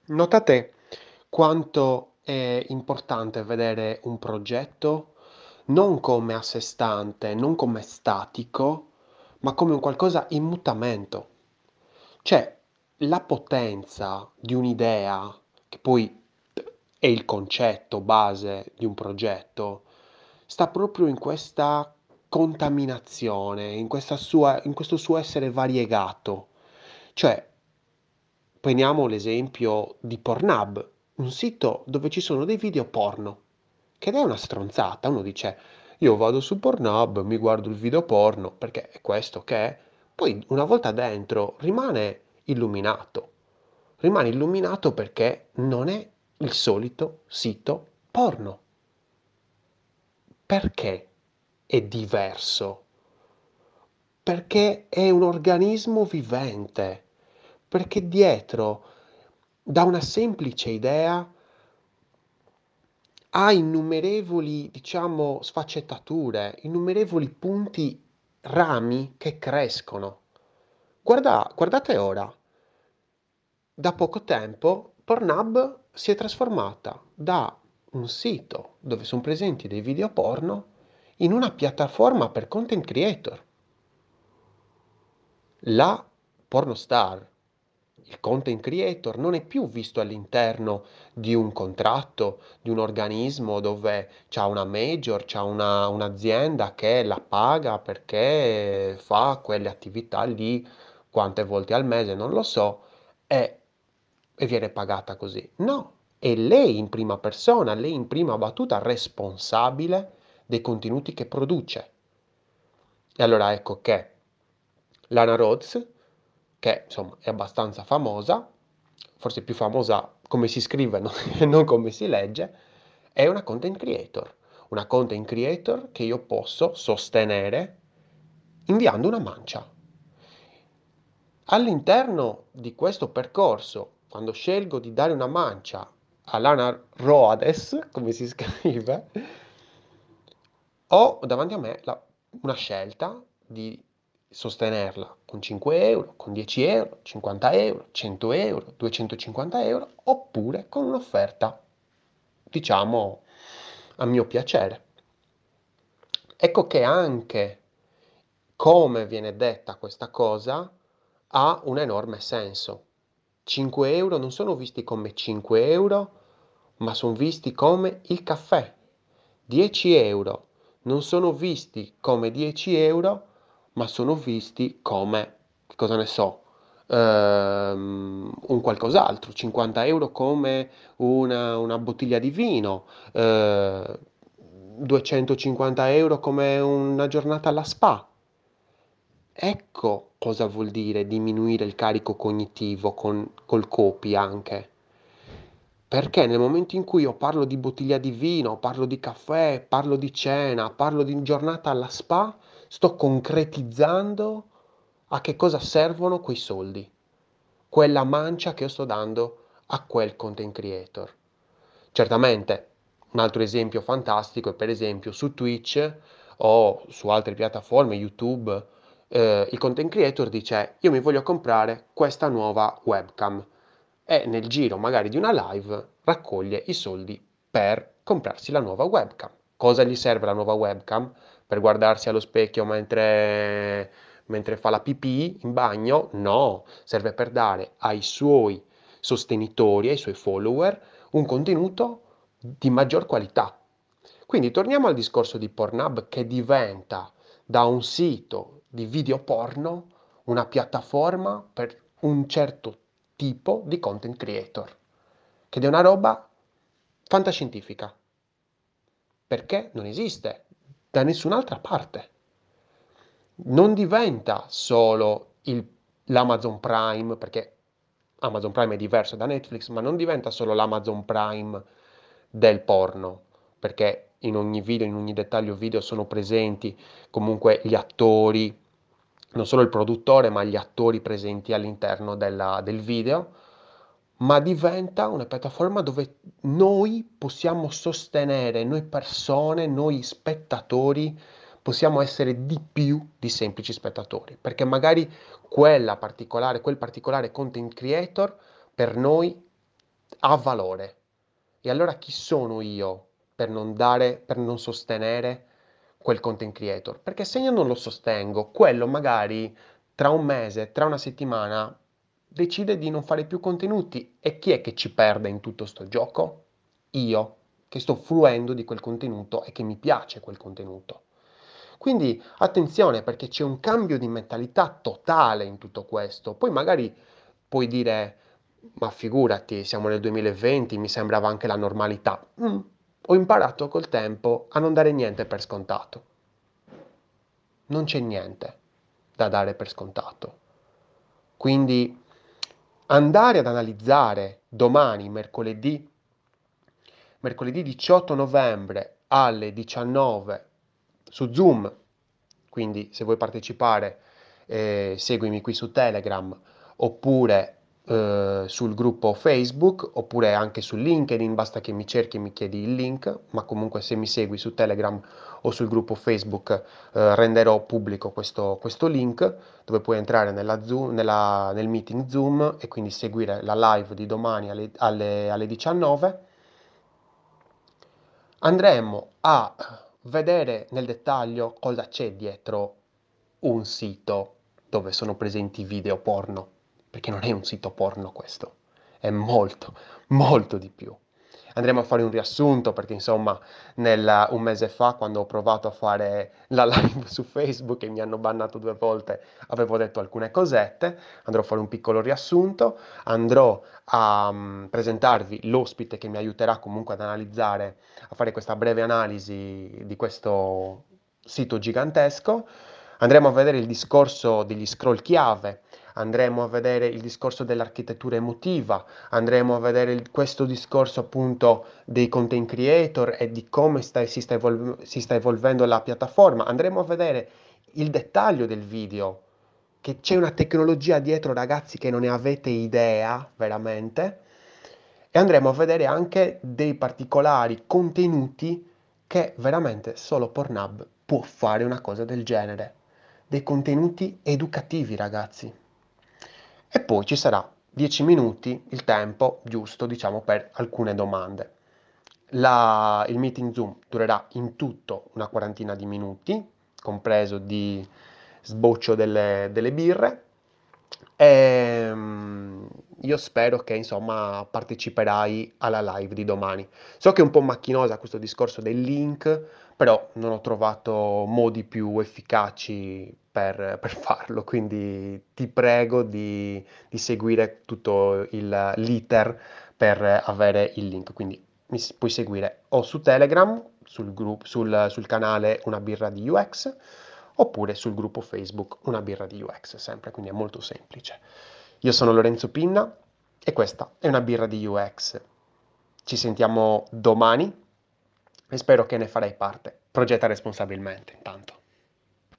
Notate quanto è importante vedere un progetto non come a sé stante, non come statico, ma come un qualcosa in mutamento. Cioè, la potenza di un'idea, che poi è il concetto base di un progetto, sta proprio in questa contaminazione, in questo suo essere variegato. Cioè, prendiamo l'esempio di Pornhub, un sito dove ci sono dei video porno, che è una stronzata. Uno dice, io vado su Pornhub, mi guardo il video porno, perché è questo che è. Poi, una volta dentro, illuminato. Rimane illuminato perché non è il solito sito porno. Perché è diverso? Perché è un organismo vivente, perché dietro, da una semplice idea, ha innumerevoli, diciamo, sfaccettature, innumerevoli punti, rami che crescono. Guardate ora, da poco tempo Pornhub si è trasformata da un sito dove sono presenti dei video porno in una piattaforma per content creator. La pornostar, il content creator, non è più visto all'interno di un contratto, di un organismo dove c'ha una major, un'azienda che la paga perché fa quelle attività lì quante volte al mese, non lo so, e, e viene pagata così. No, è lei in prima persona, lei in prima battuta responsabile dei contenuti che produce. E allora ecco che Lana Rhodes, che insomma è abbastanza famosa, forse più famosa come si scrive e non come si legge, è una content creator. Una content creator che io posso sostenere inviando una mancia. All'interno di questo percorso, quando scelgo di dare una mancia a Lana Rhoades, come si scrive, ho davanti a me una scelta di sostenerla con 5 euro, con 10 euro, 50 euro, 100 euro, 250 euro, oppure con un'offerta, diciamo, a mio piacere. Ecco che anche come viene detta questa cosa ha un enorme senso. 5 euro non sono visti come 5 euro, ma sono visti come il caffè. 10 euro non sono visti come 10 euro, ma sono visti come, che cosa ne so, un qualcos'altro. 50 euro come una bottiglia di vino, 250 euro come una giornata alla spa. Ecco cosa vuol dire diminuire il carico cognitivo col copy anche. Perché nel momento in cui io parlo di bottiglia di vino, parlo di caffè, parlo di cena, parlo di giornata alla spa, sto concretizzando a che cosa servono quei soldi, quella mancia che io sto dando a quel content creator. Certamente, un altro esempio fantastico è per esempio su Twitch o su altre piattaforme, YouTube, il content creator dice io mi voglio comprare questa nuova webcam e nel giro magari di una live raccoglie i soldi per comprarsi la nuova webcam. Cosa gli serve la nuova webcam? Per guardarsi allo specchio mentre fa la pipì in bagno? No, serve per dare ai suoi sostenitori, ai suoi follower, un contenuto di maggior qualità. Quindi torniamo al discorso di Pornhub che diventa da un sito di video porno una piattaforma per un certo tipo di content creator, che è una roba fantascientifica, perché non esiste da nessun'altra parte. Non diventa solo l'Amazon Prime, perché Amazon Prime è diverso da Netflix, ma non diventa solo l'Amazon Prime del porno, perché in ogni video, in ogni dettaglio video sono presenti comunque gli attori, non solo il produttore, ma gli attori presenti all'interno del video, ma diventa una piattaforma dove noi possiamo sostenere, noi persone, noi spettatori, possiamo essere di più di semplici spettatori, perché magari quel particolare content creator per noi ha valore. E allora chi sono io per non dare, per non sostenere quel content creator? Perché se io non lo sostengo, quello magari tra un mese, tra una settimana, decide di non fare più contenuti. E chi è che ci perde in tutto sto gioco? Io, che sto fruendo di quel contenuto e che mi piace quel contenuto. Quindi attenzione perché c'è un cambio di mentalità totale in tutto questo. Poi magari puoi dire, ma figurati, siamo nel 2020, mi sembrava anche la normalità. Ho imparato col tempo a non dare niente per scontato. Non c'è niente da dare per scontato. Quindi andare ad analizzare domani, mercoledì 18 novembre alle 19 su Zoom, quindi se vuoi partecipare seguimi qui su Telegram oppure sul gruppo Facebook oppure anche su LinkedIn, basta che mi cerchi e mi chiedi il link, ma comunque se mi segui su Telegram o sul gruppo Facebook renderò pubblico questo link dove puoi entrare nel meeting Zoom e quindi seguire la live di domani alle 19. Andremo a vedere nel dettaglio cosa c'è dietro un sito dove sono presenti video porno, perché non è un sito porno questo, è molto, molto di più. Andremo a fare un riassunto perché insomma un mese fa quando ho provato a fare la live su Facebook e mi hanno bannato 2 volte avevo detto alcune cosette, andrò a fare un piccolo riassunto, andrò a presentarvi l'ospite che mi aiuterà comunque ad analizzare, a fare questa breve analisi di questo sito gigantesco. Andremo a vedere il discorso degli scroll chiave, andremo a vedere il discorso dell'architettura emotiva, andremo a vedere questo discorso appunto dei content creator e di come si sta evolvendo la piattaforma, andremo a vedere il dettaglio del video, che c'è una tecnologia dietro ragazzi che non ne avete idea veramente, e andremo a vedere anche dei particolari contenuti che veramente solo Pornhub può fare una cosa del genere. Dei contenuti educativi, ragazzi. E poi ci sarà 10 minuti, il tempo giusto, diciamo, per alcune domande. Il meeting Zoom durerà in tutto una quarantina di minuti, compreso di sboccio delle birre. E io spero che insomma parteciperai alla live di domani. So che è un po' macchinosa questo discorso del link, però non ho trovato modi più efficaci per farlo, quindi ti prego di seguire tutto l'iter per avere il link. Quindi puoi seguire o su Telegram, sul canale Una birra di UX, oppure sul gruppo Facebook Una birra di UX, sempre, quindi è molto semplice. Io sono Lorenzo Pinna e questa è Una birra di UX. Ci sentiamo domani e spero che ne farai parte. Progetta responsabilmente, intanto.